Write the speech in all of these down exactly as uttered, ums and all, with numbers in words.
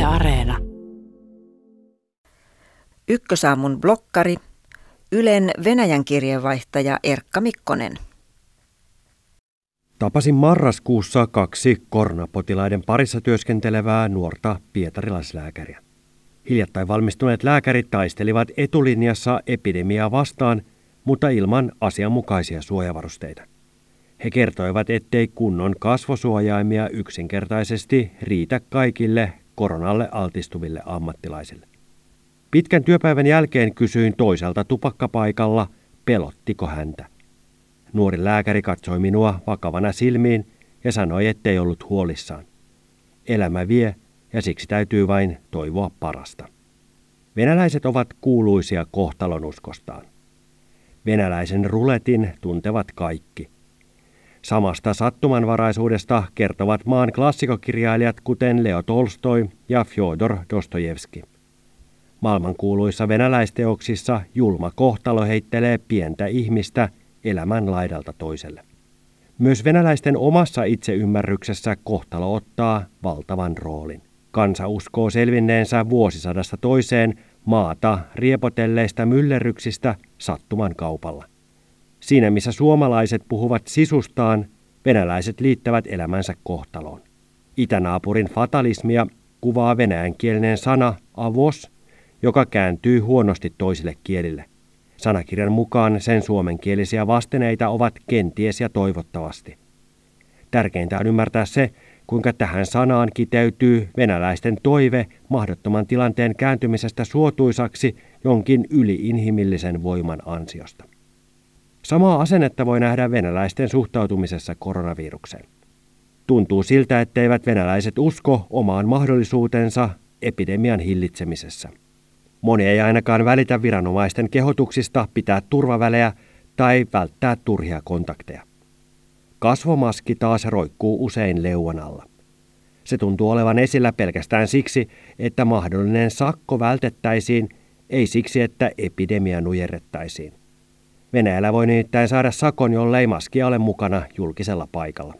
Areena. Ykkösaamun blokkari, Ylen Venäjän kirjeenvaihtaja Erkka Mikkonen. Tapasin marraskuussa kaksi koronapotilaiden parissa työskentelevää nuorta pietarilaislääkäriä. Hiljattain valmistuneet lääkärit taistelivat etulinjassa epidemiaa vastaan, mutta ilman asianmukaisia suojavarusteita. He kertoivat, ettei kunnon kasvosuojaimia yksinkertaisesti riitä kaikille koronalle altistuville ammattilaisille. Pitkän työpäivän jälkeen kysyin toiselta tupakkapaikalla, pelottiko häntä. Nuori lääkäri katsoi minua vakavana silmiin ja sanoi, ettei ollut huolissaan. Elämä vie ja siksi täytyy vain toivoa parasta. Venäläiset ovat kuuluisia kohtalonuskostaan. Venäläisen ruletin tuntevat kaikki. Samasta sattumanvaraisuudesta kertovat maan klassikokirjailijat kuten Leo Tolstoi ja Fjodor Dostojevski. Maailmankuuluissa venäläisteoksissa julma kohtalo heittelee pientä ihmistä elämän laidalta toiselle. Myös venäläisten omassa itseymmärryksessä kohtalo ottaa valtavan roolin. Kansa uskoo selvinneensä vuosisadasta toiseen maata riepotelleista myllerryksistä sattuman kaupalla. Siinä missä suomalaiset puhuvat sisustaan, venäläiset liittävät elämänsä kohtaloon. Itänaapurin fatalismia kuvaa venäjänkielinen sana avos, joka kääntyy huonosti toisille kielille. Sanakirjan mukaan sen suomenkielisiä vasteneita ovat kenties ja toivottavasti. Tärkeintä on ymmärtää se, kuinka tähän sanaan kiteytyy venäläisten toive mahdottoman tilanteen kääntymisestä suotuisaksi jonkin yliinhimillisen voiman ansiosta. Samaa asennetta voi nähdä venäläisten suhtautumisessa koronavirukseen. Tuntuu siltä, etteivät venäläiset usko omaan mahdollisuutensa epidemian hillitsemisessä. Moni ei ainakaan välitä viranomaisten kehotuksista pitää turvavälejä tai välttää turhia kontakteja. Kasvomaski taas roikkuu usein leuan alla. Se tuntuu olevan esillä pelkästään siksi, että mahdollinen sakko vältettäisiin, ei siksi, että epidemia nujerrettaisiin. Venäjällä voi nimittäin saada sakon, jollei maskia ole mukana julkisella paikalla.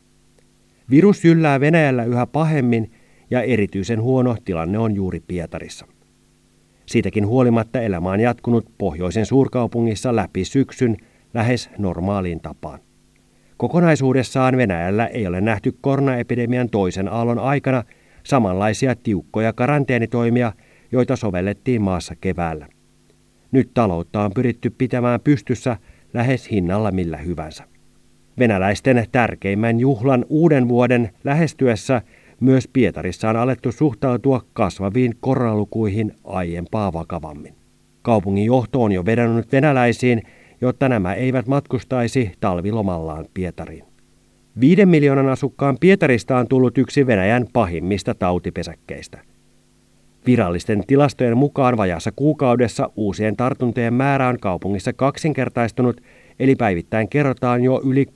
Virus jyllää Venäjällä yhä pahemmin ja erityisen huono tilanne on juuri Pietarissa. Siitäkin huolimatta elämä on jatkunut pohjoisen suurkaupungissa läpi syksyn lähes normaaliin tapaan. Kokonaisuudessaan Venäjällä ei ole nähty koronaepidemian toisen aallon aikana samanlaisia tiukkoja karanteenitoimia, joita sovellettiin maassa keväällä. Nyt taloutta on pyritty pitämään pystyssä lähes hinnalla millä hyvänsä. Venäläisten tärkeimmän juhlan uuden vuoden lähestyessä myös Pietarissa on alettu suhtautua kasvaviin koronalukuihin aiempaa vakavammin. Kaupungin johto on jo vedonnut venäläisiin, jotta nämä eivät matkustaisi talvilomallaan Pietariin. Viiden miljoonan asukkaan Pietarista on tullut yksi Venäjän pahimmista tautipesäkkeistä. Virallisten tilastojen mukaan vajaassa kuukaudessa uusien tartuntojen määrä on kaupungissa kaksinkertaistunut, eli päivittäin kerrotaan jo yli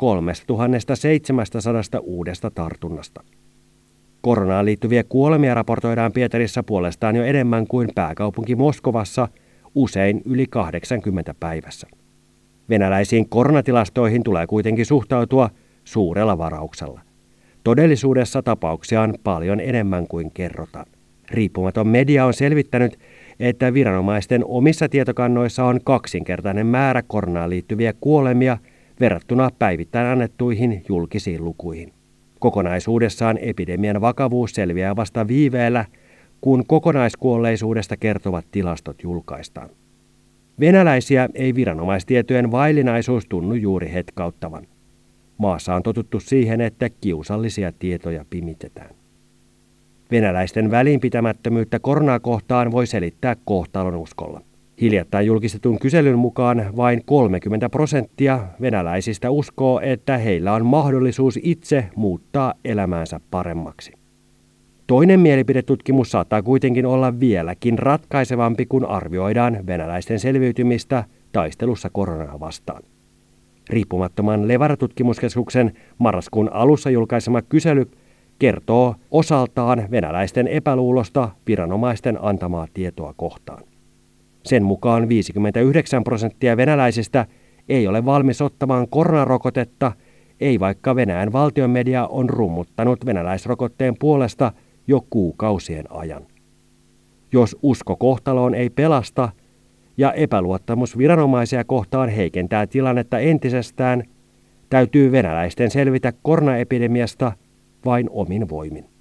kolmetuhattaseitsemänsataa uudesta tartunnasta. Koronaan liittyviä kuolemia raportoidaan Pietarissa puolestaan jo enemmän kuin pääkaupunki Moskovassa, usein yli kahdeksankymmentä päivässä. Venäläisiin koronatilastoihin tulee kuitenkin suhtautua suurella varauksella. Todellisuudessa tapauksia on paljon enemmän kuin kerrotaan. Riippumaton media on selvittänyt, että viranomaisten omissa tietokannoissa on kaksinkertainen määrä koronaan liittyviä kuolemia verrattuna päivittäin annettuihin julkisiin lukuihin. Kokonaisuudessaan epidemian vakavuus selviää vasta viiveellä, kun kokonaiskuolleisuudesta kertovat tilastot julkaistaan. Venäläisiä ei viranomaistietojen vaillinaisuus tunnu juuri hetkauttavan. Maassa on totuttu siihen, että kiusallisia tietoja pimitetään. Venäläisten välinpitämättömyyttä koronaa kohtaan voi selittää kohtalonuskolla. Hiljattain julkistetun kyselyn mukaan vain kolmekymmentä prosenttia venäläisistä uskoo, että heillä on mahdollisuus itse muuttaa elämäänsä paremmaksi. Toinen mielipidetutkimus saattaa kuitenkin olla vieläkin ratkaisevampi, kun arvioidaan venäläisten selviytymistä taistelussa koronaa vastaan. Riippumattoman Levara-tutkimuskeskuksen marraskuun alussa julkaisema kysely kertoo osaltaan venäläisten epäluulosta viranomaisten antamaa tietoa kohtaan. Sen mukaan viisikymmentäyhdeksän prosenttia venäläisistä ei ole valmis ottamaan koronarokotetta, ei vaikka Venäjän valtion media on rummuttanut venäläisrokotteen puolesta jo kuukausien ajan. Jos usko kohtaloon ei pelasta ja epäluottamus viranomaisia kohtaan heikentää tilannetta entisestään, täytyy venäläisten selvitä koronaepidemiasta vain omin voimin.